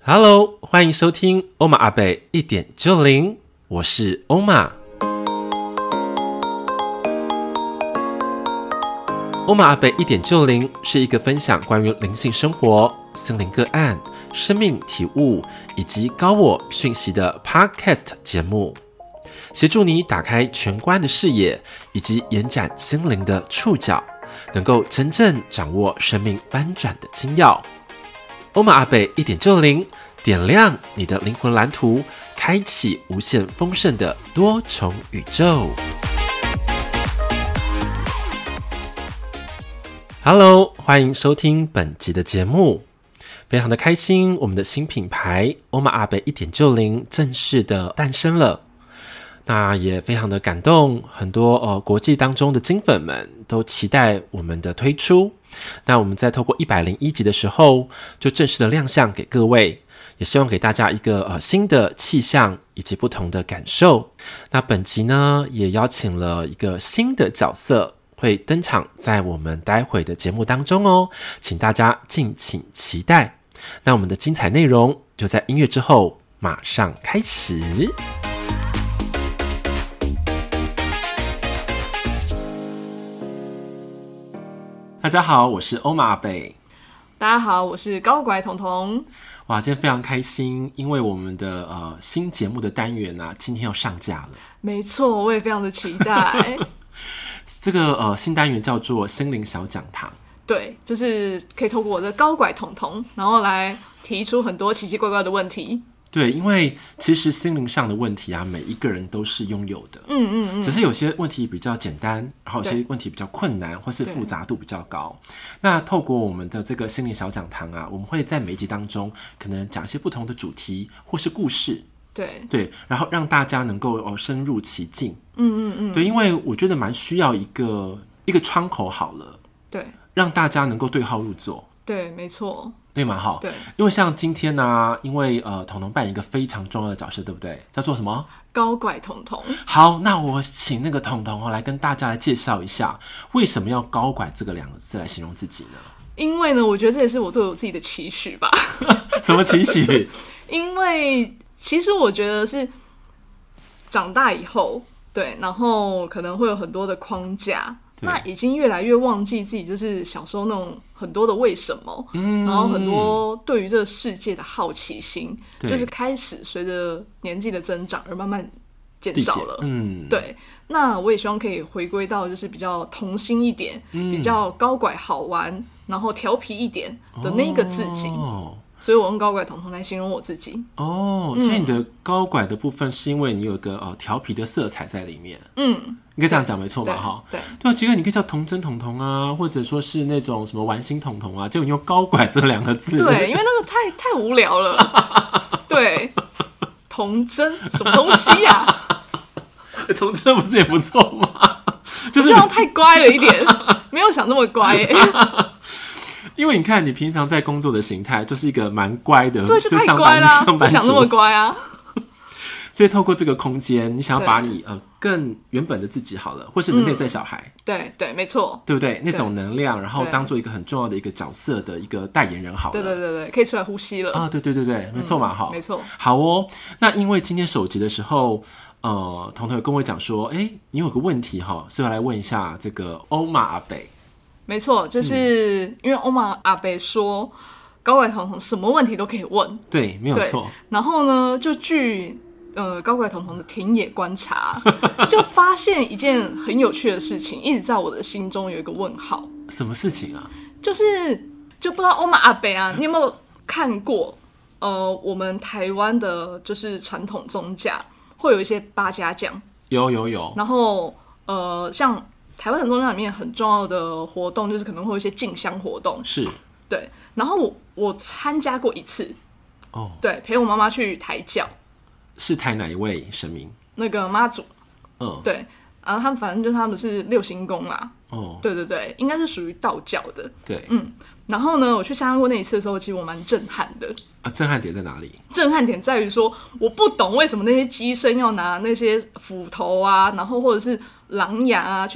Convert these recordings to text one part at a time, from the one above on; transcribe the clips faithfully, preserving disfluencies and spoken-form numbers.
Hello， 欢迎收听欧玛阿贝一点就灵，我是欧玛。欧玛阿贝一点就灵是一个分享关于灵性生活、心灵个案、生命体悟以及高我讯息的 Podcast 节目，协助你打开全观的视野，以及延展心灵的触角，能够真正掌握生命翻转的精要。欧玛阿贝一点就灵，点亮你的灵魂蓝图，开启无限丰盛的多重宇宙。Hello， 欢迎收听本集的节目，非常的开心，我们的新品牌欧玛阿贝一点就灵正式的诞生了。那也非常的感动，很多呃国际当中的金粉们都期待我们的推出。那我们在透过一百零一集的时候，就正式的亮相给各位，也希望给大家一个呃新的气象以及不同的感受。那本集呢，也邀请了一个新的角色会登场在我们待会的节目当中哦，请大家敬请期待。那我们的精彩内容就在音乐之后马上开始。大家好，我是欧玛阿贝。 大家好，我是高拐彤彤。 哇，今天非常开心，因为我们的呃新节目的单元啊，今天要上架了。 没错，我也非常的期待。 这个呃新单元叫做心灵小讲堂。 对，就是可以透过我的高拐彤彤，然后来提出很多奇奇怪怪的问题。 对，因为其实心灵上的问题啊，每一个人都是拥有的。嗯嗯嗯。只是有些问题比较简单，然后有些问题比较困难，或是复杂度比较高。那透过我们的这个心灵小讲堂啊，我们会在每一集当中，可能讲一些不同的主题或是故事。 对对，然后让大家能够哦深入其境。 嗯嗯嗯。 对，因为我觉得蛮需要一个一个窗口好了。 对。让大家能够对号入座。 对，没错。 对吗？哈， 对， 因为像今天呢、啊，因为呃，彤彤扮演一个非常重要的角色，对不对？叫做什么？ 高拐彤彤。 好，那我请那个彤彤哦来跟大家来介绍一下，为什么要高拐这个两个字来形容自己呢？ 因为呢，我觉得这也是我对我自己的期许吧。 什么期许？ 因为其实我觉得是长大以后，对，然后可能会有很多的框架。那已经越来越忘记自己就是小时候那种很多的为什么、嗯、然后很多对于这个世界的好奇心就是开始随着年纪的增长而慢慢减少了。嗯，对。那我也希望可以回归到就是比较童心一点、嗯、比较高拐好玩然后调皮一点的那个自己、哦，所以我用高拐彤彤来形容我自己。哦， 所以你的高拐的部分是因为你有一个呃调皮的色彩在里面。嗯，你可以这样讲没错吧？哈， 对对啊，其实你可以叫童真彤彤啊，或者说是那种什么玩心彤彤啊，结果你用高拐这两个字。 对，因为那个太太无聊了。对，童真什么东西呀、啊？ 童真不是也不错吗？ 就是好像太乖了一点，没有想那么乖耶、欸。 因为你看，你平常在工作的形态就是一个蛮乖的， 对，就太乖啦， 上班族， 不想那么乖啊。 所以透过这个空间，你想要把你呃更原本的自己好了，或是你内在小孩， 嗯、对对，没错， 对不对？那种能量，然后当做一个很重要的一个角色的一个代言人好了。 对对对对，可以出来呼吸了啊！对对对对，没错嘛，哈、嗯， 没错。 好哦，那因为今天首集的时候，呃，彤彤有跟我讲说，哎，你有个问题哈，是要来问一下这个欧玛阿贝。 没错，就是因为欧玛阿贝说，高拐彤彤什么问题都可以问， 对，没有错。 然后呢，就据呃高拐彤彤的田野观察，就发现一件很有趣的事情，一直在我的心中有一个问号。 什么事情啊？ 就是就不知道欧玛阿贝啊，你有没有看过？呃，我们台湾的就是传统宗教会有一些八家将， 有有有。 然后呃，像台湾的宗教里面很重要的活动，就是可能会有一些进香活动， 是对。然后我我参加过一次，哦，对，陪我妈妈去抬轿。 是抬哪一位神明？ 那个妈祖，嗯，对。然后他们反正就是他们是六星宫啦，哦，对对对，应该是属于道教的， 对， 嗯。然后呢，我去参加过那一次的时候，其实我蛮震撼的。 啊，震撼点在哪里？ 震撼点在于说，我不懂为什么那些乩身要拿那些斧头啊，然后或者是狼牙啊去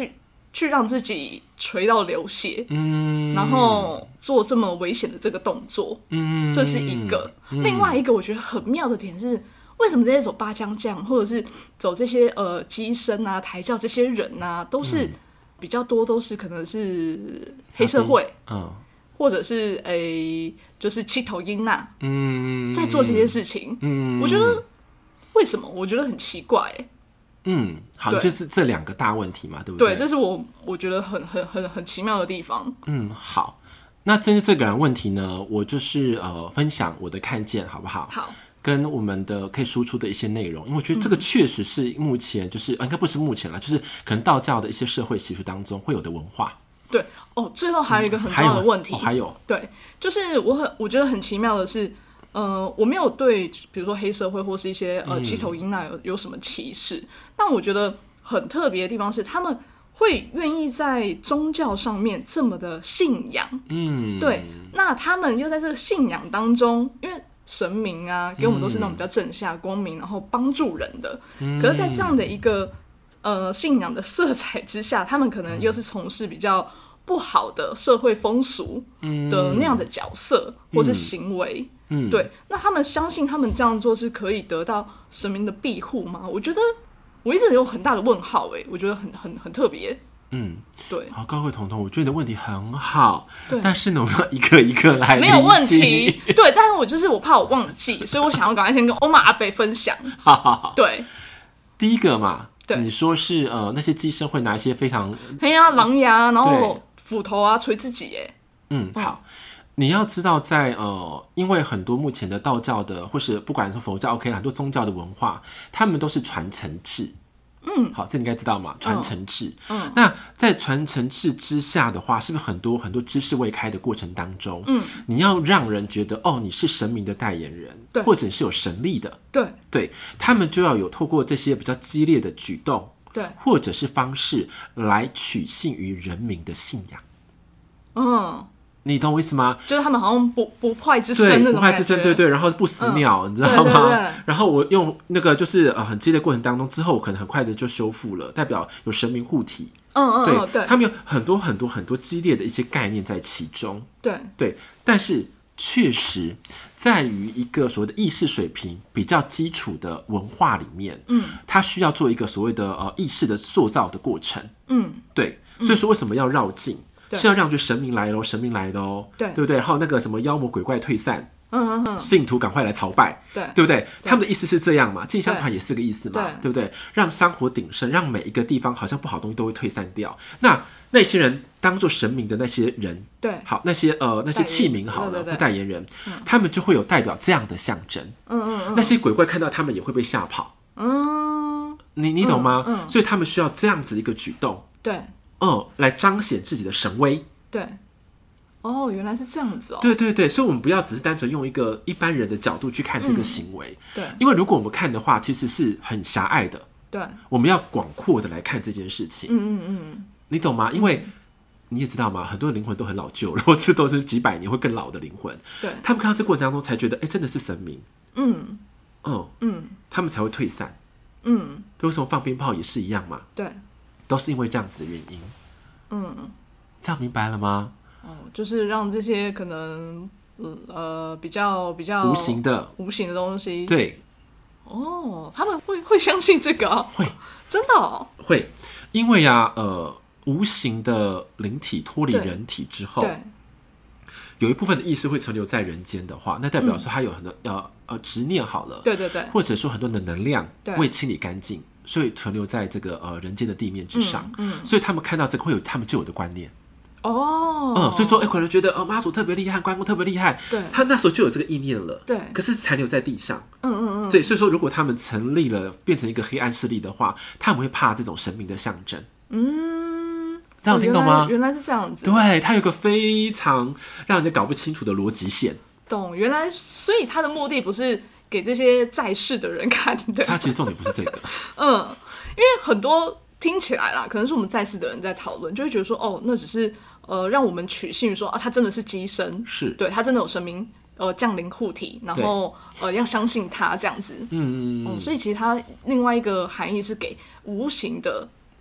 去让自己垂到流血， 嗯， 然后做这么危险的这个动作，嗯，这是一个。嗯、另外一个我觉得很妙的点是，为什么这些走八将将或者是走这些呃机身啊、抬轿这些人啊，都是、嗯、比较多都是可能是黑社会，嗯，或者是诶就是七头鹰呐，嗯，在做这些事情，嗯，我觉得为什么？我觉得很奇怪、欸。 嗯，好，就是这两个大问题嘛，对不对？ 对，这是我我觉得很很很很奇妙的地方。 嗯，好，那针对这个问题呢，我就是呃分享我的看见，好不好？ 好， 跟我们的可以输出的一些内容，因为我觉得这个确实是目前就是、嗯呃、应该不是目前啦，就是可能道教的一些社会习俗当中会有的文化。 对哦，最后还有一个很重要的问题， 嗯、还有、哦、还有对，就是我很我觉得很奇妙的是。呃，我没有对比如说黑社会或是一些呃七头鹰啊有有什么歧视，但我觉得很特别的地方是，他们会愿意在宗教上面这么的信仰，嗯，对，那他们又在这个信仰当中，因为神明啊给我们都是那种比较正向光明，然后帮助人的，嗯、可是，在这样的一个呃信仰的色彩之下，他们可能又是从事比较不好的社会风俗的那样的角色、嗯、或是行为。嗯，对，那他们相信他们这样做是可以得到神明的庇护吗？我觉得我一直有很大的问号，哎，我觉得很很很特别。嗯，对， 好，高贵彤彤，我觉得你的问题很好，对，但是呢，我们要一个一个来， 没有问题，对，但是我就是我怕我忘记，所以我想要赶快先跟欧玛阿北分享。 好好好， 对， 第一个嘛，你说是呃那些机身会拿一些非常黑呀狼牙，然后斧头啊捶自己，哎， 嗯，好。你要知道在，在呃，因为很多目前的道教的，或是不管是佛教 ，OK， 很多宗教的文化，他们都是传承制。嗯，好，这你应该知道嘛，传承制。嗯，那在传承制之下的话，是不是很多很多知识未开的过程当中，嗯，你要让人觉得哦，你是神明的代言人，对，或者是有神力的， 对， 对，他们就要有透过这些比较激烈的举动， 对， 或者是方式来取信于人民的信仰。嗯。你懂我意思吗？ 就是他们好像不不坏之身那种感觉， 不坏之身，对对，然后不死鸟，嗯、你知道吗？ 对对对， 然后我用那个就是呃很激烈的过程当中，之后我可能很快的就修复了，代表有神明护体。 嗯嗯， 对， 对， 他们有很多很多很多激烈的一些概念在其中。 对对，但是确实在于一个所谓的意识水平比较基础的文化里面，嗯，它需要做一个所谓的呃意识的塑造的过程。嗯，对，所以说为什么要绕境？是要让就神明来咯，神明来咯，对对不对？还有那个什么妖魔鬼怪退散，嗯嗯嗯，信徒赶快来朝拜，对对不对？他们的意思是这样嘛？进香团也是个意思嘛， 对, 对不对？让香火鼎盛，让每一个地方好像不好的东西都会退散掉。那那些人当做神明的那些人，对，好那些呃那些器皿好了，或代言人，嗯、他们就会有代表这样的象征。嗯嗯嗯，那些鬼怪看到他们也会被吓跑。嗯，你你懂吗？嗯嗯、所以他们需要这样子一个举动。 对。 哦，来彰显自己的神威。 对，哦，原来是这样子哦。 对对对，所以我们不要只是单纯用一个一般人的角度去看这个行为。嗯、对，因为如果我们看的话，其实是很狭隘的。 对， 我们要广阔的来看这件事情。嗯嗯嗯，你懂吗？因为你也知道嘛，很多灵魂都很老旧，如果是都是几百年会更老的灵魂。对，他们看到这过程当中才觉得，哎、欸，真的是神明。嗯嗯嗯，他们才会退散。嗯，为什么放鞭炮也是一样嘛？ 对。 都是因为这样子的原因，嗯，这样明白了吗？ 哦，就是让这些可能呃比较比较无形的无形的东西， 对， 哦，他们会会相信这个、啊， 会真的、哦、 会，因为啊呃无形的灵体脱离人体之后，对，有一部分的意识会存留在人间的话，那代表说他有很多、嗯、呃呃执念好了， 对对对， 或者说很多的能量未清理干净。所以存留在这个呃人间的地面之上，嗯嗯、所以他们看到这个会有他们就有的观念哦，嗯，所以说哎、欸，可能觉得哦妈祖特别厉害，关公特别厉害，对，他那时候就有这个意念了，对，可是残留在地上，嗯嗯嗯，对，所以说如果他们成立了变成一个黑暗势力的话，他们会怕这种神明的象征，嗯，这样听懂吗？ 哦、原来, 原来是这样子， 对，他有个非常让人家搞不清楚的逻辑线， 懂？原来，所以他的目的不是给这些在世的人看的， 他其实重点不是这个。 嗯，因为很多听起来啦，可能是我们在世的人在讨论，就会觉得说，哦，那只是呃让我们取信于说啊，他真的是机身，是对他真的有神明呃降临护体，然后呃要相信他这样子。嗯嗯嗯。所以其实他另外一个含义是给无形的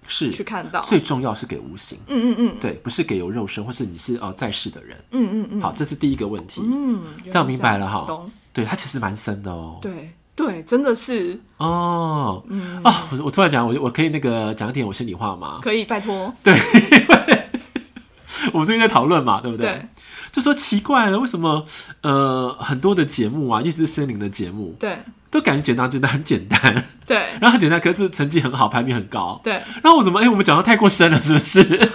是去看到， 最重要是给无形， 嗯嗯嗯， 对，不是给有肉身或是你是呃在世的人， 嗯嗯嗯， 好，这是第一个问题， 嗯， 这样明白了哈， 懂， 对，它其实蛮深的哦， 对对，真的是哦，嗯啊，我我突然讲，我我可以那个讲一点我心里话吗？ 可以，拜托， 对，我们最近在讨论嘛，对不对？ 对， 就说奇怪了，为什么呃很多的节目啊，尤其是森林的节目， 对， 都感觉简单，简单很简单， 对， 然后很简单，可是成绩很好，排名很高， 对， 然后我怎么哎、欸，我们讲的太过深了，是不是？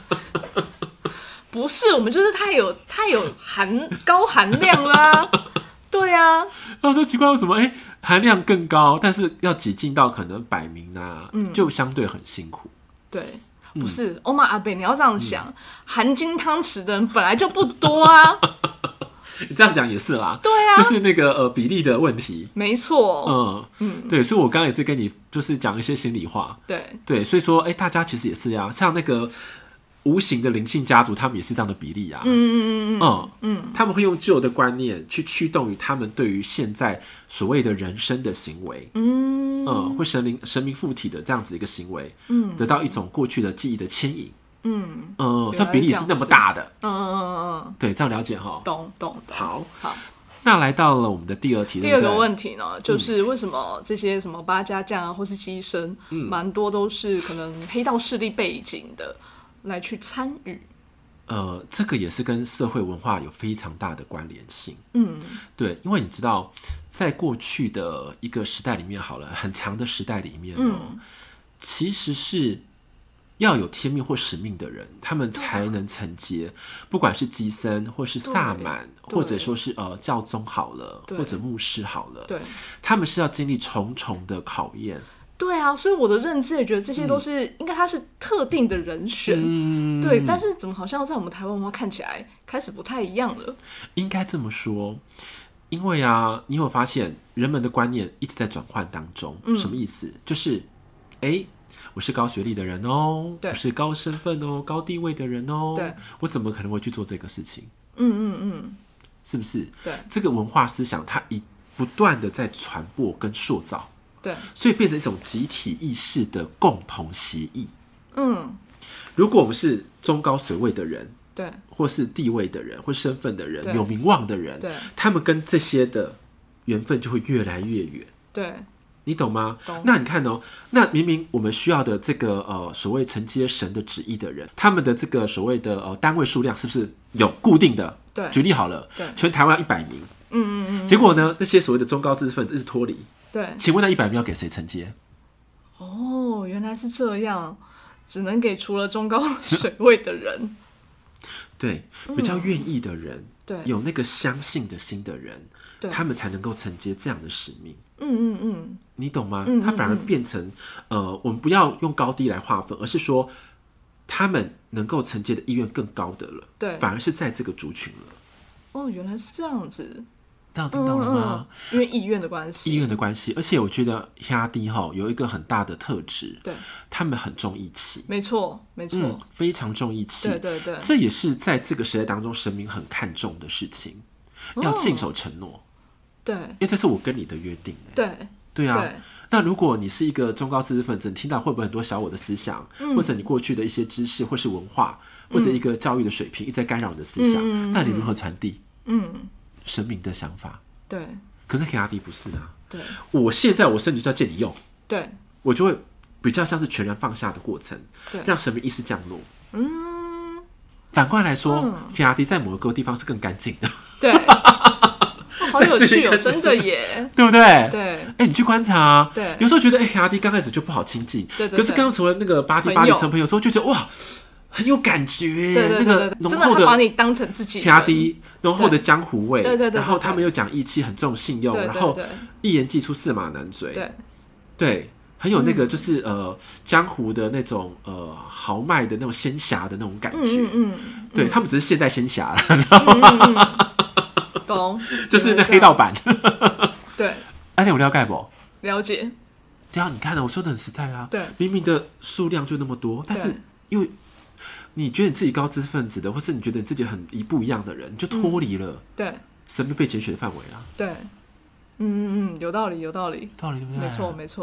不是，我们就是太有太有含高含量啦，对啊。 然后说奇怪，为什么哎、欸、含量更高，但是要挤进到可能百名啊，嗯、就相对很辛苦。 对，不是欧玛阿贝，你要这样想，嗯、含金汤匙的人本来就不多啊。 你这样讲也是啦， 对啊， 就是那个呃比例的问题， 没错， 嗯嗯，对，所以我刚刚也是跟你就是讲一些心里话， 对对，所以说哎、欸，大家其实也是呀，像那个无形的灵性家族，他们也是这样的比例啊，嗯嗯嗯嗯嗯，他们会用旧的观念去驱动于他们对于现在所谓的人生的行为，嗯嗯，会神灵神明附体的这样子一个行为，嗯，得到一种过去的记忆的牵引。嗯呃，所以比例是那么大的，嗯嗯嗯嗯，对，这样了解哈， 懂懂懂。 好， 好， 那来到了我们的第二题， 第二个问题呢，就是为什么这些什么八家将啊，或是机身，蛮、嗯、多都是可能黑道势力背景的来去参与。 呃，这个也是跟社会文化有非常大的关联性。嗯，对，因为你知道，在过去的一个时代里面，好了，很长的时代里面、喔嗯、其实是。要有天命或使命的人，他们才能承接，不管是机身，或是萨满，或者说是呃教宗好了，或者牧师好了，对，他们是要经历重重的考验。 对啊，所以我的认知也觉得这些都是、嗯、应该他是特定的人选、嗯，对，但是怎么好像在我们台湾文化看起来开始不太一样了？ 应该这么说，因为啊，你有发现人们的观念一直在转换当中，嗯、什么意思？就是哎。欸我是高学历的人哦，我是高身份哦，高地位的人哦，我怎么可能会去做这个事情？嗯嗯嗯，是不是？对，这个文化思想它一不断的在传播跟塑造，对，所以变成一种集体意识的共同协议。嗯，如果我们是中高水位的人，对，或是地位的人，或身份的人，有名望的人，对，他们跟这些的缘分就会越来越远。对。你懂吗？懂。那你看哦，那明明我们需要的这个呃所谓承接神的旨意的人，他们的这个所谓的呃单位数量是不是有固定的？对。举例好了，对，全台湾一百名，嗯嗯嗯。结果呢，那些所谓的中高知识分子一直脱离，对。请问那一百名要给谁承接？ 哦，原来是这样，只能给除了中高水位的人。 对，比较愿意的人，对，有那个相信的心的人，对，他们才能够承接这样的使命。嗯嗯嗯，你懂吗？嗯嗯嗯，它反而变成呃，我们不要用高低来划分，而是说他们能够承接的意愿更高的了，对，反而是在这个族群了。 哦，原来是这样子， 这样听懂了吗？ 嗯嗯嗯，因为意愿的关系， 意愿的关系，而且我觉得兄弟哈有一个很大的特质，对，他们很重义气， 没错没错、嗯， 非常重义气， 对对对， 这也是在这个时代当中神明很看重的事情，哦、要信守承诺。对，因为这是我跟你的约定、欸。对，对啊。对，那如果你是一个中高知识分子，你听到会不会很多小我的思想、嗯，或者你过去的一些知识，或是文化，或者一个教育的水平，一直在干扰你的思想？嗯、那你如何传递？嗯，神明的想法。对。可是黑阿迪不是啊。对。我现在我身体就要借你用。对。我就会比较像是全然放下的过程，对，让神明意识降落。嗯。反过来说，黑阿迪在某个地方是更干净的。对。 好有趣哦，真的耶， 对不对？对， 哎、 欸，你去观察啊，对，有时候觉得哎，黑阿迪刚开始就不好亲近，对对对，可是刚成为那个巴蒂巴蒂成朋友的时候，就觉得哇，很有感觉，对对对对，那个浓厚的， 把你当成自己黑阿迪浓厚的江湖味，对对 对，然后他们又讲义气，很重信用，对对对，然后一言既出驷马难追，对对，很有那个就是、嗯、呃江湖的那种呃豪迈的那种仙侠的那种感觉，嗯嗯，嗯，对他们只是现代仙侠了，知道吗？嗯嗯嗯，懂，就是那黑道版。对，哎、啊，你有了解不？ 了解。 对啊，你看啊，我说的很实在啊。对，明明的数量就那么多，但是因为你觉得你自己高知识分子的，或是你觉得你自己很一不一样的人，你就脱离了、嗯、对神秘被拣选的范围啊。对，嗯嗯嗯，有道理，有道理， 道理对不对？没错，没错。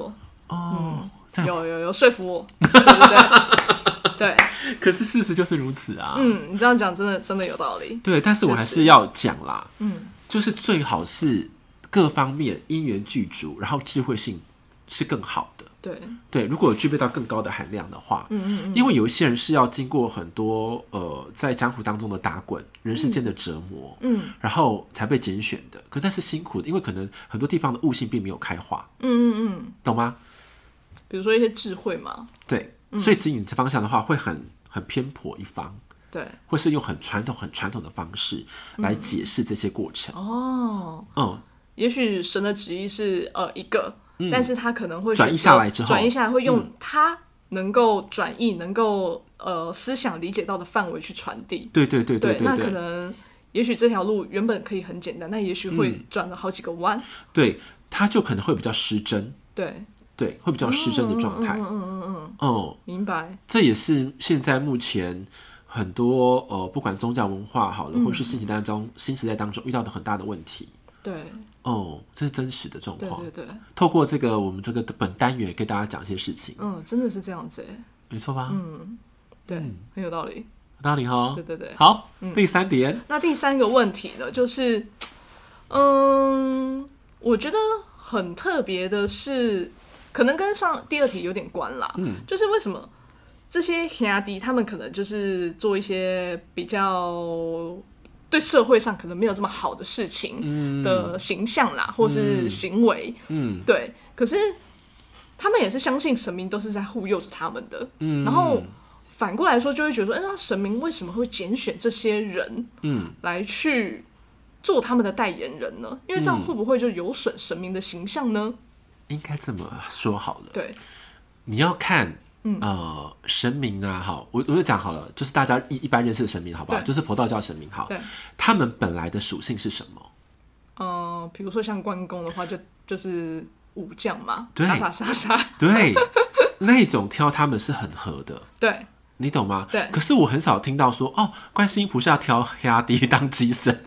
哦， 嗯、有有有说服我，对对对。对， 可是事实就是如此啊。 嗯，你这样讲真的真的有道理。 对，但是我还是要讲啦， 嗯， 就是最好是各方面因缘具足，然后智慧性是更好的。 对对，如果有具备到更高的含量的话， 嗯嗯嗯， 因为有一些人是要经过很多呃在江湖当中的打滚、人世间的折磨，嗯，然后才被拣选的。可那是辛苦的，因为可能很多地方的悟性并没有开化，嗯嗯嗯，懂吗？ 比如说一些智慧嘛， 对。所以指引这方向的话，会很很偏颇一方， 对， 或是用很传统、很传统的方式来解释这些过程。 哦，嗯，也许神的旨意是呃一个，嗯、但是他可能会转移下来之后， 转移下来会用他能够转译、能够呃思想理解到的范围去传递。 对对对 对, 对, 对, 对, 对，那可能也许这条路原本可以很简单，但也许会转了好几个弯。嗯、 对，他就可能会比较失真。 对。 对，会比较失真的状态。 嗯嗯嗯嗯嗯， 哦， 明白。 这也是现在目前很多呃，不管宗教文化好了，嗯、或者是新时代中新时代当中遇到的很大的问题。 对， 哦，这是真实的状况。 对对对。 透过这个我们这个本单元跟大家讲一些事情。 嗯，真的是这样子哎。 没错吧？ 嗯，对，嗯、很有道理。 有道理哈。 对对对。 好，嗯、第三点。 那第三个问题呢，就是，嗯，我觉得很特别的是。可能跟上第二题有点关啦，嗯，就是为什么这些兄弟他们可能就是做一些比较对社会上可能没有这么好的事情的形象啦，嗯、或是行为，嗯，对，可是他们也是相信神明都是在护佑着他们的，嗯，然后反过来说就会觉得说，哎、欸，那神明为什么会拣选这些人，嗯，来去做他们的代言人呢？因为这样会不会就有损神明的形象呢？ 应该这么说好了， 对， 你要看，嗯、呃，神明啊，好，我我就讲好了，就是大家一一般认识的神明，好不好？就是佛道教神明，好， 对， 他们本来的属性是什么？ 呃，比如说像关公的话就，就就是武将嘛， 对， 打打杀杀， 对，那种挑他们是很合的， 对， 你懂吗？ 对。 可是我很少听到说，哦，观世音菩萨挑兄弟当机神，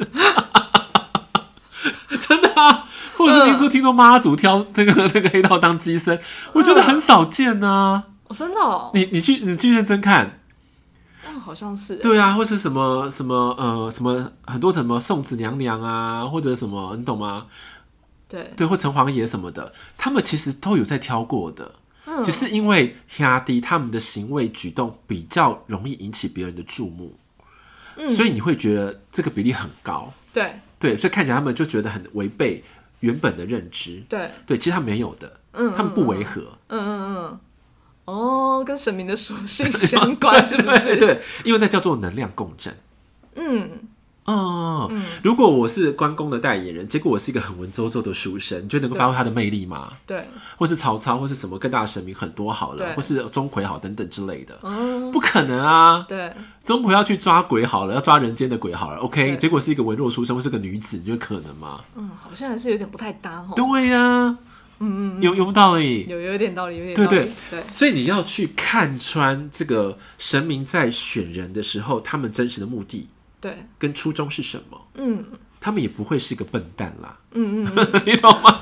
真的啊。或者是听说、嗯、听说妈祖挑那个那个黑道当机身，我觉得很少见啊！ 哦，真的哦， 你你去你去认真看， 嗯，好像是对啊，或是什么什么呃什么很多什么送子娘娘啊，或者什么你懂吗？ 对对，或城隍爷什么的，他们其实都有在挑过的，嗯、只是因为兄弟他们的行为举动比较容易引起别人的注目，嗯、所以你会觉得这个比例很高， 对对，所以看起来他们就觉得很违背原本的认知， 对对，其实他没有的，嗯，他们不违和， 嗯嗯嗯，哦，跟神明的属性相关，是不是？ 对, 对，因为那叫做能量共振，嗯。嗯, 嗯，如果我是关公的代言人，结果我是一个很文绉绉的书生，你觉得能够发挥他的魅力吗？ 对， 或是曹操，或是什么更大的神明很多好了，或是钟馗好等等之类的，哦、不可能啊！ 对， 钟馗要去抓鬼好了，要抓人间的鬼好了 ，OK， 结果是一个文弱书生或是个女子，你觉得可能吗？ 嗯，好像还是有点不太搭哦。 对呀、啊，嗯嗯，有有没有道理？ 有有点道理，有点道理。对对对， 所以你要去看穿这个神明在选人的时候，他们真实的目的。 对， 跟初衷是什么？嗯，他们也不会是个笨蛋啦。 嗯嗯, 嗯， 你懂吗？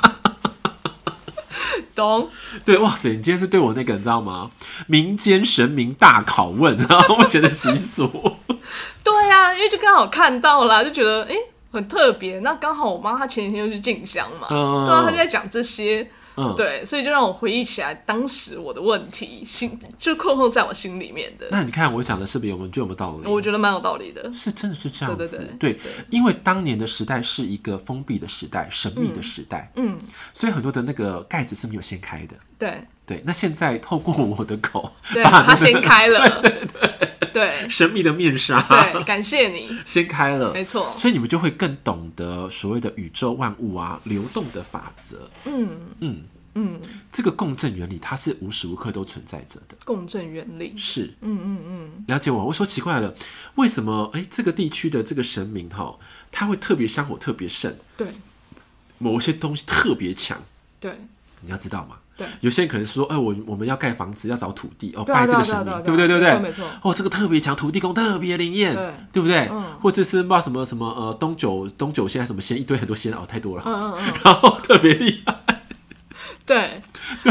懂。 对，哇塞，你今天是对我那个你知道吗？民间神明大拷问，然后目前的习俗。 对啊，因为就刚好看到啦，就觉得哎、欸、很特别。那刚好我妈她前几天就去进香嘛，嗯、对啊，她就在讲这些。嗯，对，所以就让我回忆起来当时我的问题，心就扣扣在我心里面的。 那你看我讲的是不是有没有就有没有道理？ 我觉得蛮有道理的， 是真的是这样子。 对对对, 对, 对，因为当年的时代是一个封闭的时代，神秘的时代，嗯，所以很多的那个盖子是没有掀开的。 对对，那现在透过我的口， 对， 把、那個、 它掀开了， 对对对对， 神秘的面纱， 对，感谢你掀开了， 没错， 所以你们就会更懂得所谓的宇宙万物啊流动的法则。嗯嗯。嗯，这个共振原理它是无时无刻都存在着的。 共振原理是， 嗯嗯嗯， 了解我。我说奇怪了，为什么哎、欸、这个地区的这个神明哈，它会特别香火特别盛？ 对， 某些东西特别强。 对， 你要知道嘛。 对， 有些人可能说，哎、欸，我我们要盖房子，要找土地哦， 啊、 拜这个神明，对不对？对不对？ 没错， 哦，这个特别强，土地公特别灵验，对，对不对？嗯，或者是不知道什么什么呃东九东九仙还是什么仙，一堆很多仙哦，太多了， 嗯嗯嗯， 然后特别厉害。 对对，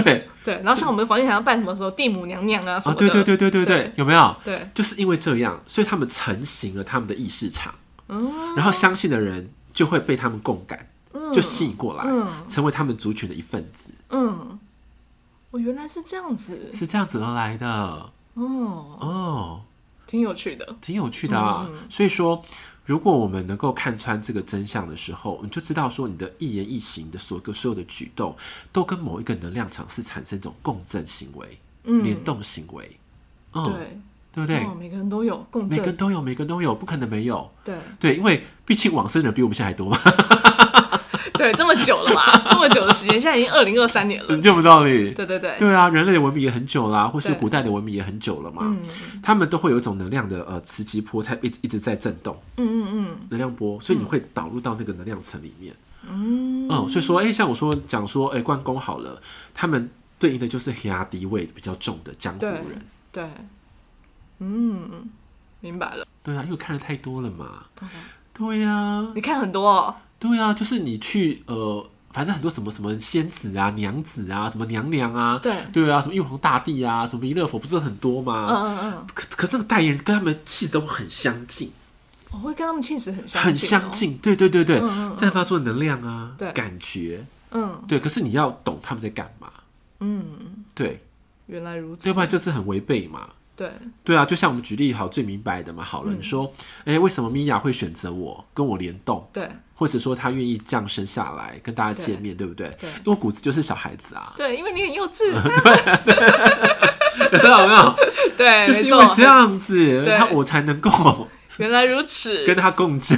对，然后像我们房间还要办什么时候地母娘娘啊什么的， 哦，对对对对对 对, 对，有没有？ 对， 就是因为这样，所以他们成型了他们的意识场，嗯，然后相信的人就会被他们共感，嗯、就吸引过来，嗯、成为他们族群的一份子。 嗯，我原来是这样子， 是这样子而来的。 哦哦， 挺有趣的， 挺有趣的啊。嗯、所以说，如果我们能够看穿这个真相的时候，你就知道说，你的一言一行的所有所有的举动，都跟某一个能量场是产生一种共振行为、嗯、联动行为。嗯、 对， 对不对、 哦？每个人都有共振， 每个人都有，每个人都有，不可能没有。 对对，因为毕竟往生人比我们现在还多嘛。 对，这么久了嘛，这么久的时间，现在已经二零二三年了， 就不道理。 对对对， 对啊，人类的文明也很久啦，或是古代的文明也很久了嘛。嗯、他们都会有一种能量的呃磁极波，才一直一直在震动。嗯嗯嗯，能量波，所以你会导入到那个能量层里面。嗯嗯，所以说，哎、欸，像我说讲说，哎、欸，关公好了，他们对应的就是黑压低位比较重的江湖人。 对，对嗯，明白了。 对啊，因为看的太多了嘛。对对呀、啊， 你看很多哦。 对啊，就是你去呃，反正很多什么什么仙子啊、娘子啊、什么娘娘啊， 对对啊，什么玉皇大帝啊、什么弥勒佛，不是很多吗？嗯嗯嗯。可可是那个代言人跟他们的气质都很相近， 我、哦、会跟他们气质很相近、哦， 很相近。对对对对， 嗯嗯嗯散发出的能量啊， 对， 感觉， 嗯， 对。可是你要懂他们在干嘛， 嗯， 对， 原来如此， 要不然就是很违背嘛。 对对啊，就像我们举例好最明白的嘛，好了，嗯、你说，哎、欸，为什么米娅会选择我跟我联动？ 对， 或者说她愿意降生下来跟大家见面， 对, 对不对？ 对， 因为我骨子就是小孩子啊。 对，因为你很幼稚。 对，有没有？ 对， 就是因为这样子，他我才能够原来如此跟他共振。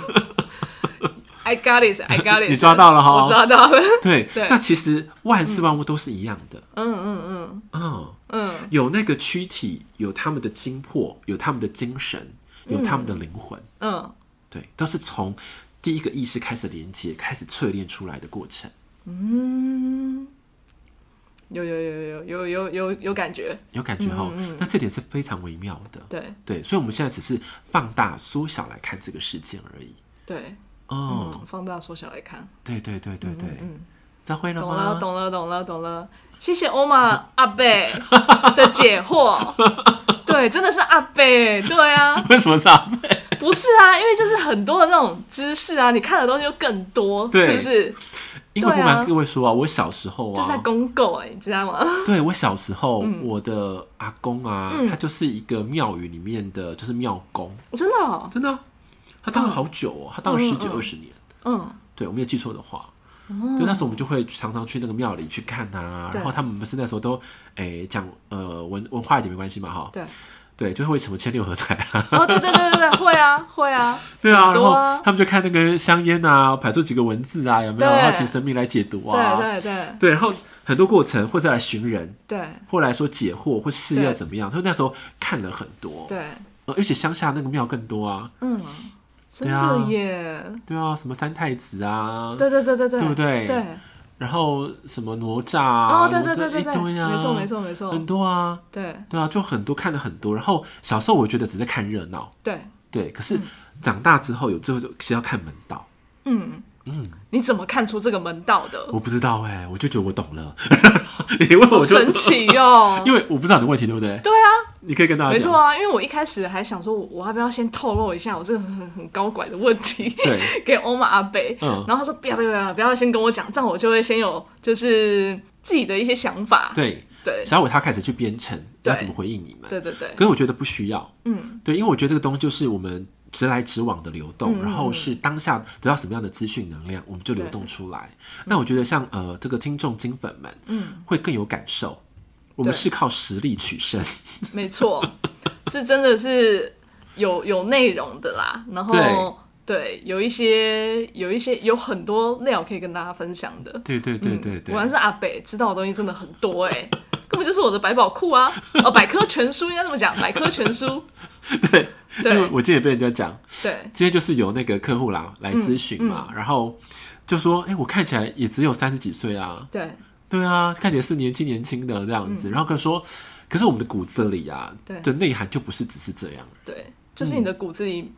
I got it, I got it。 你抓到了哈， 我抓到了。 对，那其实万事万物都是一样的。 嗯嗯嗯嗯嗯，有那个躯体，有他们的精魄，有他们的精神，有他们的灵魂。嗯，对，都是从第一个意识开始连接，开始淬炼出来的过程。 嗯，有有有有有有有有感觉， 有感觉哈。嗯嗯，那这点是非常微妙的。 对对，所以我们现在只是放大缩小来看这个事件而已。 对。 哦、 嗯，放大缩小来看， 对对对对对，嗯，这、嗯、会了吗？ 懂了，懂了，懂了，懂了。谢谢欧玛阿伯的解惑。对，真的是阿伯，对啊。 为什么是阿伯？ 不是啊，因为就是很多的那种知识啊，你看的东西就更多，是不是？ 因为不瞒各位说啊，我小时候啊， 就是在公购哎，你知道吗？ 对，我小时候，嗯、我的阿公啊，嗯、他就是一个庙宇里面的，就是庙公， 真的、哦， 真的。他当了好久哦，嗯、他当了十几二十年。 嗯， 对，我没有记错的话，嗯、对，那时候我们就会常常去那个庙里去看啊。然后他们不是那时候都诶讲呃文文化一点没关系嘛哈。 对， 对，就是会什么签六合彩啊。 哦，对对对对对，会啊会啊。 对啊，然后他们就看那个香烟啊，排出几个文字啊，有没有？然后请神明来解读啊。 对对对。 对，然后很多过程，或者来寻人， 对， 或来说解惑，或事业怎么样，所以那时候看了很多。 对， 呃，而且乡下那个庙更多啊。 嗯。真的耶！ 对啊，什么三太子啊， 对对对对对， 对不对？ 对。 然后什么哪吒啊， 哦，对对对对对， 一堆啊， 没错没错没错， 很多啊。 对对啊，就很多看了很多。然后小时候我觉得只是看热闹， 对对。可是长大之后有之后就是要看门道。嗯嗯，你怎么看出这个门道的？ 我不知道哎、欸，我就觉得我懂了。你问我就神奇哦， 因为我不知道你的问题对不对？ 对啊。 你可以跟大家讲， 没错啊，因为我一开始还想说，我要不要先透露一下我这个很很高拐的问题，对，给欧玛阿北，嗯，然后他说不要不要不要不要先跟我讲，这样我就会先有就是自己的一些想法， 对对， 小伟他开始去编程，要怎么回应你们， 对对对， 可是我觉得不需要，嗯，对，因为我觉得这个东西就是我们直来直往的流动，嗯、然后是当下得到什么样的资讯能量，我们就流动出来。那我觉得像呃这个听众金粉们，嗯，会更有感受。我们是靠实力取胜， 没错，是真的是有有内容的啦。然后 对, 对有一些有一些有很多料可以跟大家分享的。 对对对对对， 果然是阿北知道的东西真的很多哎、欸，根本就是我的百宝库啊！哦，百科全书应该这么讲，百科全书。 对， 对， 因为我今天也被人家讲， 对， 今天就是有那个客户啦来咨询嘛、嗯嗯，然后就说，哎、欸，我看起来也只有三十几岁啊。 对。 对啊，看起来是年轻年轻的这样子，嗯、然后跟说，可是我们的骨子里啊的内涵就不是只是这样。 对，就是你的骨子里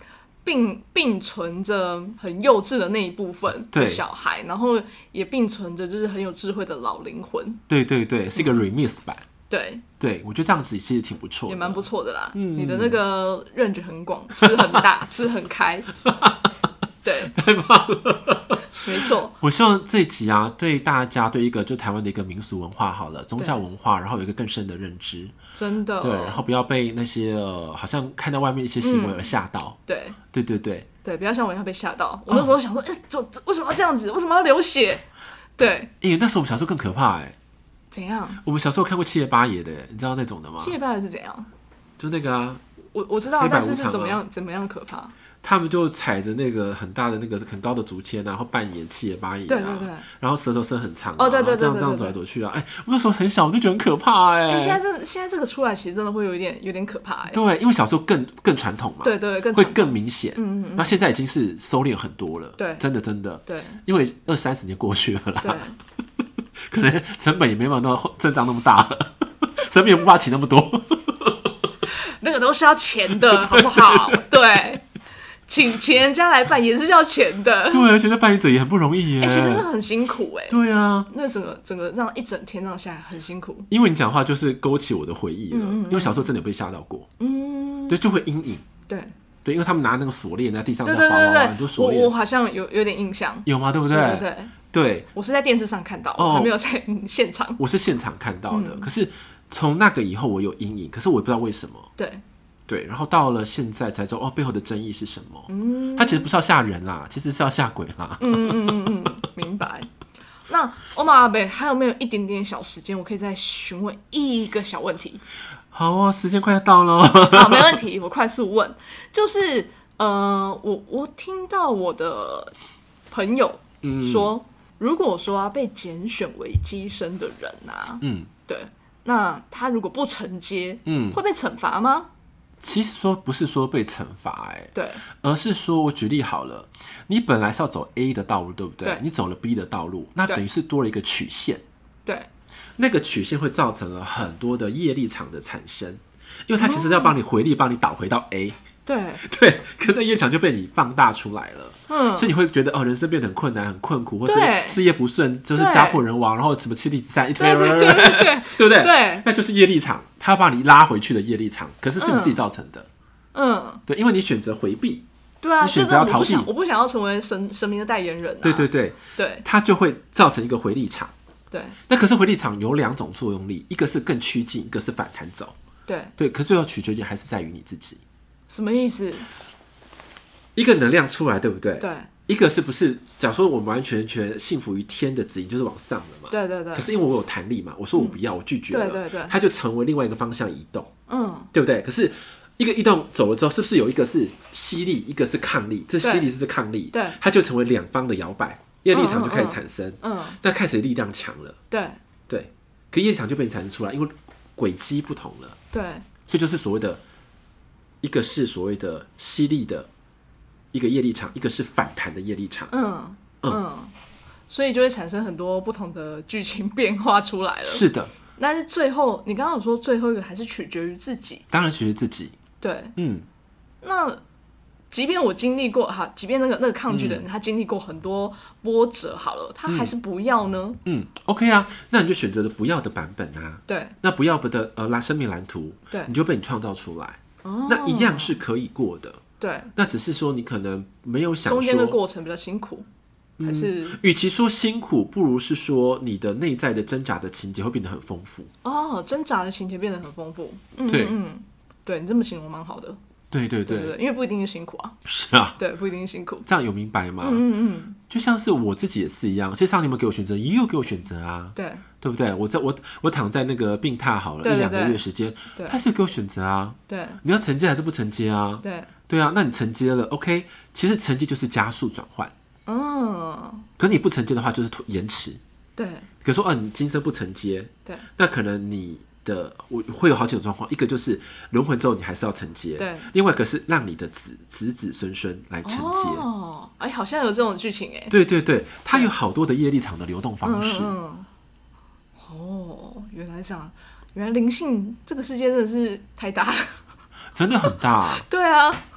并并存着很幼稚的那一部分的小孩，然后也并存着就是很有智慧的老灵魂。 对对对，是一个 remix 版。嗯、 对对，我觉得这样子其实挺不错的， 也蛮不错的啦。 嗯， 你的那个 range 很广，吃很大，吃很开。对， 太棒了。 没错， 我希望这一集啊，对大家对一个就台湾的一个民俗文化好了，宗教文化，然后有一个更深的认知。 真的， 对，然后不要被那些、呃、好像看到外面一些行为而吓到、 嗯。对， 对对对对，不要像我一样被吓到。我那时候想说，哎、哦欸，这这为什么要这样子？为什么要流血？对， 哎、欸，那时候我们小时候更可怕哎、欸。 怎样？ 我们小时候看过七爷八爷的，你知道那种的吗？ 七爷八爷是怎样？ 就那个啊， 我我知道，但是是怎么样怎么样可怕？ 他们就踩着那个很大的那个很高的竹签，然后扮演七爷八爷、啊， 对对对， 然后舌头伸很长、啊， 哦对对对， 这样这样走来走去啊，哎、欸，我那时候很小，我就觉得很可怕哎、欸。 哎、欸，现在这现在这个出来，其实真的会有一点有点可怕哎、欸。 对，因为小时候更更传统嘛， 对对更会更明显， 嗯嗯嗯， 那现在已经是收敛很多了， 对， 真的真的， 对， 因为二三十年过去了啦， 对， 可能成本也没有那么增长那么大了，成本也无法起那么多， 那个都是要钱的，好不好？对。请请人家来办也是要钱的， 对，而且那扮演者也很不容易耶， 哎、欸，其实真的很辛苦哎， 对啊， 那整个整个这样一整天这样下来很辛苦。 因为你讲话就是勾起我的回忆了，嗯嗯嗯，因为小时候真的有被吓到过， 嗯， 对，就会阴影， 对对，因为他们拿那个锁链在地上在滑滑滑，很多锁链， 我我好像有有点印象， 有吗？对不对？ 对对对， 对， 我是在电视上看到， 哦、 我还没有在现场， 我是现场看到的， 嗯、 可是从那个以后我有阴影，可是我也不知道为什么， 对。 对，然后到了现在才知道哦，背后的争议是什么？嗯，他其实不是要吓人啦，其实是要吓鬼啦。 嗯嗯嗯嗯嗯，明白。那欧玛阿贝还有没有一点点小时间，我可以再询问一个小问题？ 好啊，时间快要到了。 好，没问题，我快速问，就是呃，我我听到我的朋友说，嗯、如果说啊被拣选为机身的人啊，嗯，对，那他如果不承接，嗯，会被惩罚吗？ 其实说不是说被惩罚，哎， 对， 而是说我举例好了，你本来是要走 A 的道路，对不对？ 对， 你走了 B 的道路，那等于是多了一个曲线， 对， 那个曲线会造成了很多的业力场的产生，因为它其实要帮你回力，帮你导回到 A。 对对，可那业场就被你放大出来了， 嗯， 所以你会觉得哦，人生变得很困难、很困苦，或是事业不顺，就是家破人亡，然后什么妻离子散，一堆， 对对对对， 对不对？ 对， 那就是业力场，他要把你拉回去的业力场，可是是你自己造成的， 嗯， 对，因为你选择回避， 对啊， 你选择要逃避， 我不想要成为神神明的代言人、啊， 对对对对， 它就会造成一个回力场， 对， 那可是回力场有两种作用力，一个是更趋近，一个是反弹走， 对对，可是最后取决于还是在于你自己， 什么意思？ 一个能量出来，对不对？ 对。 一个是不是？假如说我们完全全信服于天的指引，就是往上的嘛。 对对对。 可是因为我有弹力嘛，我说我不要，嗯、我拒绝了， 对对对， 它就成为另外一个方向移动， 嗯， 对不对？可是一个移动走了之后，是不是有一个是吸力，一个是抗力？这吸力是抗力， 对， 它就成为两方的摇摆，业力场就开始产生， 嗯，嗯那开始力量强了， 对对，可业力场就被你产生出来，因为轨迹不同了， 对， 所以就是所谓的，一个是所谓的吸力的。一个业力场，一个是反弹的业力场， 嗯嗯，所以就会产生很多不同的剧情变化出来了。 是的， 但是最后你刚刚有说最后一个还是取决于自己， 当然取决于自己。 对， 嗯， 那即便我经历过哈，即便那个那个抗拒的人、嗯、他经历过很多波折，好了，他还是不要呢？ 嗯 ，OK 啊，那你就选择了不要的版本啊。 对， 那不要的呃生命蓝图， 对， 你就被你创造出来， 哦， 那一样是可以过的。 对， 那只是说你可能没有想说中间的过程比较辛苦，嗯、还是与其说辛苦，不如是说你的内在的挣扎的情节会变得很丰富。 哦，挣扎的情节变得很丰富。嗯对， 嗯，对你这么形容蛮好的。 对对 对, 对对对，因为不一定是辛苦啊。 是啊， 对，不一定是辛苦。 这样有明白吗？ 嗯嗯嗯， 就像是我自己也是一样，其实上你们给我选择，也有给我选择啊。 对， 对不对？我在我我躺在那个病榻好了， 对对对一两个月时间，他是给我选择啊。 对， 你要承接还是不承接啊？ 对， 对啊，那你承接了 ，OK， 其实承接就是加速转换。 嗯， 可你不承接的话，就是延迟。 对， 比如说，啊，你今生不承接， 对， 那可能你的我会有好几种状况，一个就是轮回之后你还是要承接， 对， 另外一个是让你的子子子孙孙来承接。 哦，哎，好像有这种剧情哎。 对对对，它有好多的业力场的流动方式。 嗯嗯嗯哦，原来这样，原来灵性这个世界真的是太大了， 真的很大。 对啊，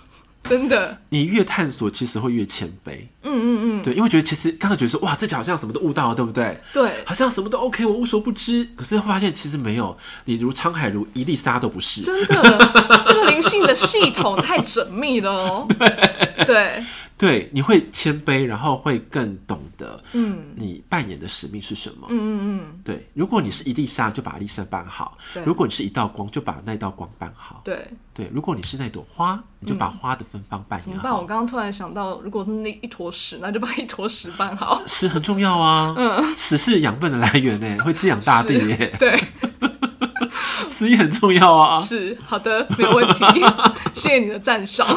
真的， 你越探索，其实会越谦卑。 嗯嗯嗯， 对，因为觉得其实刚刚觉得说，哇，自己好像什么都悟到了，对不对？ 对， 好像什么都 OK， 我无所不知。可是会发现其实没有，你如沧海如一粒沙都不是。 真的，这个灵性的系统太缜密了哦。对对对，你会谦卑，然后会更懂得，嗯，你扮演的使命是什么。嗯嗯嗯，对。如果你是一粒沙，就把一粒沙扮好；如果你是一道光，就把那道光扮好。 对对，如果你是那朵花，你就把花的芬芳扮演好。 怎么办？我刚刚突然想到，如果是那一坨屎，那就把一坨屎扮好。 屎很重要啊，嗯，屎是养分的来源呢，会滋养大地耶。 对。 屎也很重要啊。 是，好的，没有问题。谢谢你的赞赏。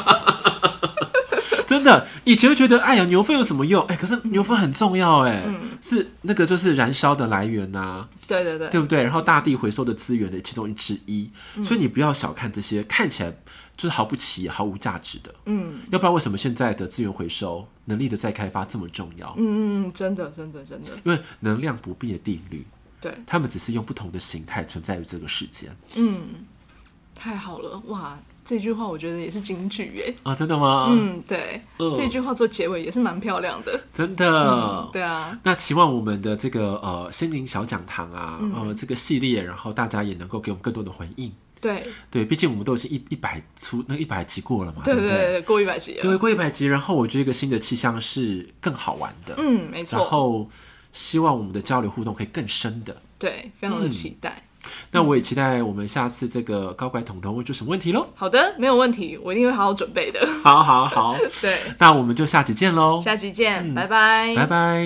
真的，以前会觉得，哎呀，牛粪有什么用？哎，可是牛粪很重要，哎、嗯，是那个就是燃烧的来源呐、啊， 对对对， 对不对？然后大地回收的资源的其中之一，嗯、所以你不要小看这些看起来就是毫不起眼、毫无价值的，嗯，要不然为什么现在的资源回收能力的再开发这么重要？ 嗯嗯，真的真的真的， 因为能量不变的定律， 对， 他们只是用不同的形态存在于这个世间， 嗯，太好了，哇！这句话我觉得也是金句耶！ 啊，真的吗？ 嗯，对，嗯、这句话做结尾也是蛮漂亮的， 真的、 嗯。对啊， 那期望我们的这个呃心灵小讲堂啊，嗯、呃这个系列，然后大家也能够给我们更多的回应。 对对，毕竟我们都已经一一百出那一百集过了嘛， 对对不对？ 对对，过一百集了， 对，过一百集。然后我觉得一个新的气象是更好玩的， 嗯，没错。 然后希望我们的交流互动可以更深的， 对，非常的期待。嗯那我也期待我们下次这个高拐彤彤问出什么问题咯。 好的，没有问题，我一定会好好准备的。 好好好， 对， 那我们就下集见咯。 下集见，嗯、拜拜， 拜拜。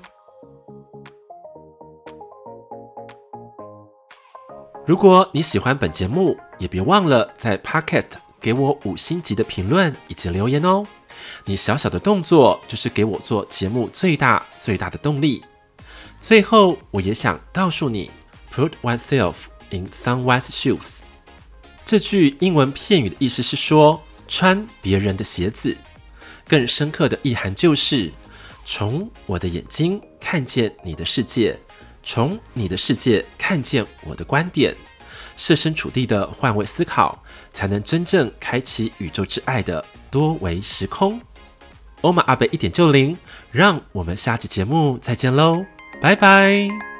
如果你喜欢本节目，也别忘了在 Podcast 给我五星级的评论以及留言哦。你小小的动作就是给我做节目最大最大的动力。最后，我也想告诉你。Put oneself in someone's shoes 这句英文片语的意思是说穿别人的鞋子，更深刻的意涵就是从我的眼睛看见你的世界，从你的世界看见我的观点，设身处地的换位思考，才能真正开启宇宙之爱的多维时空。欧玛阿贝一点就灵，让我们下期节目再见喽，拜拜。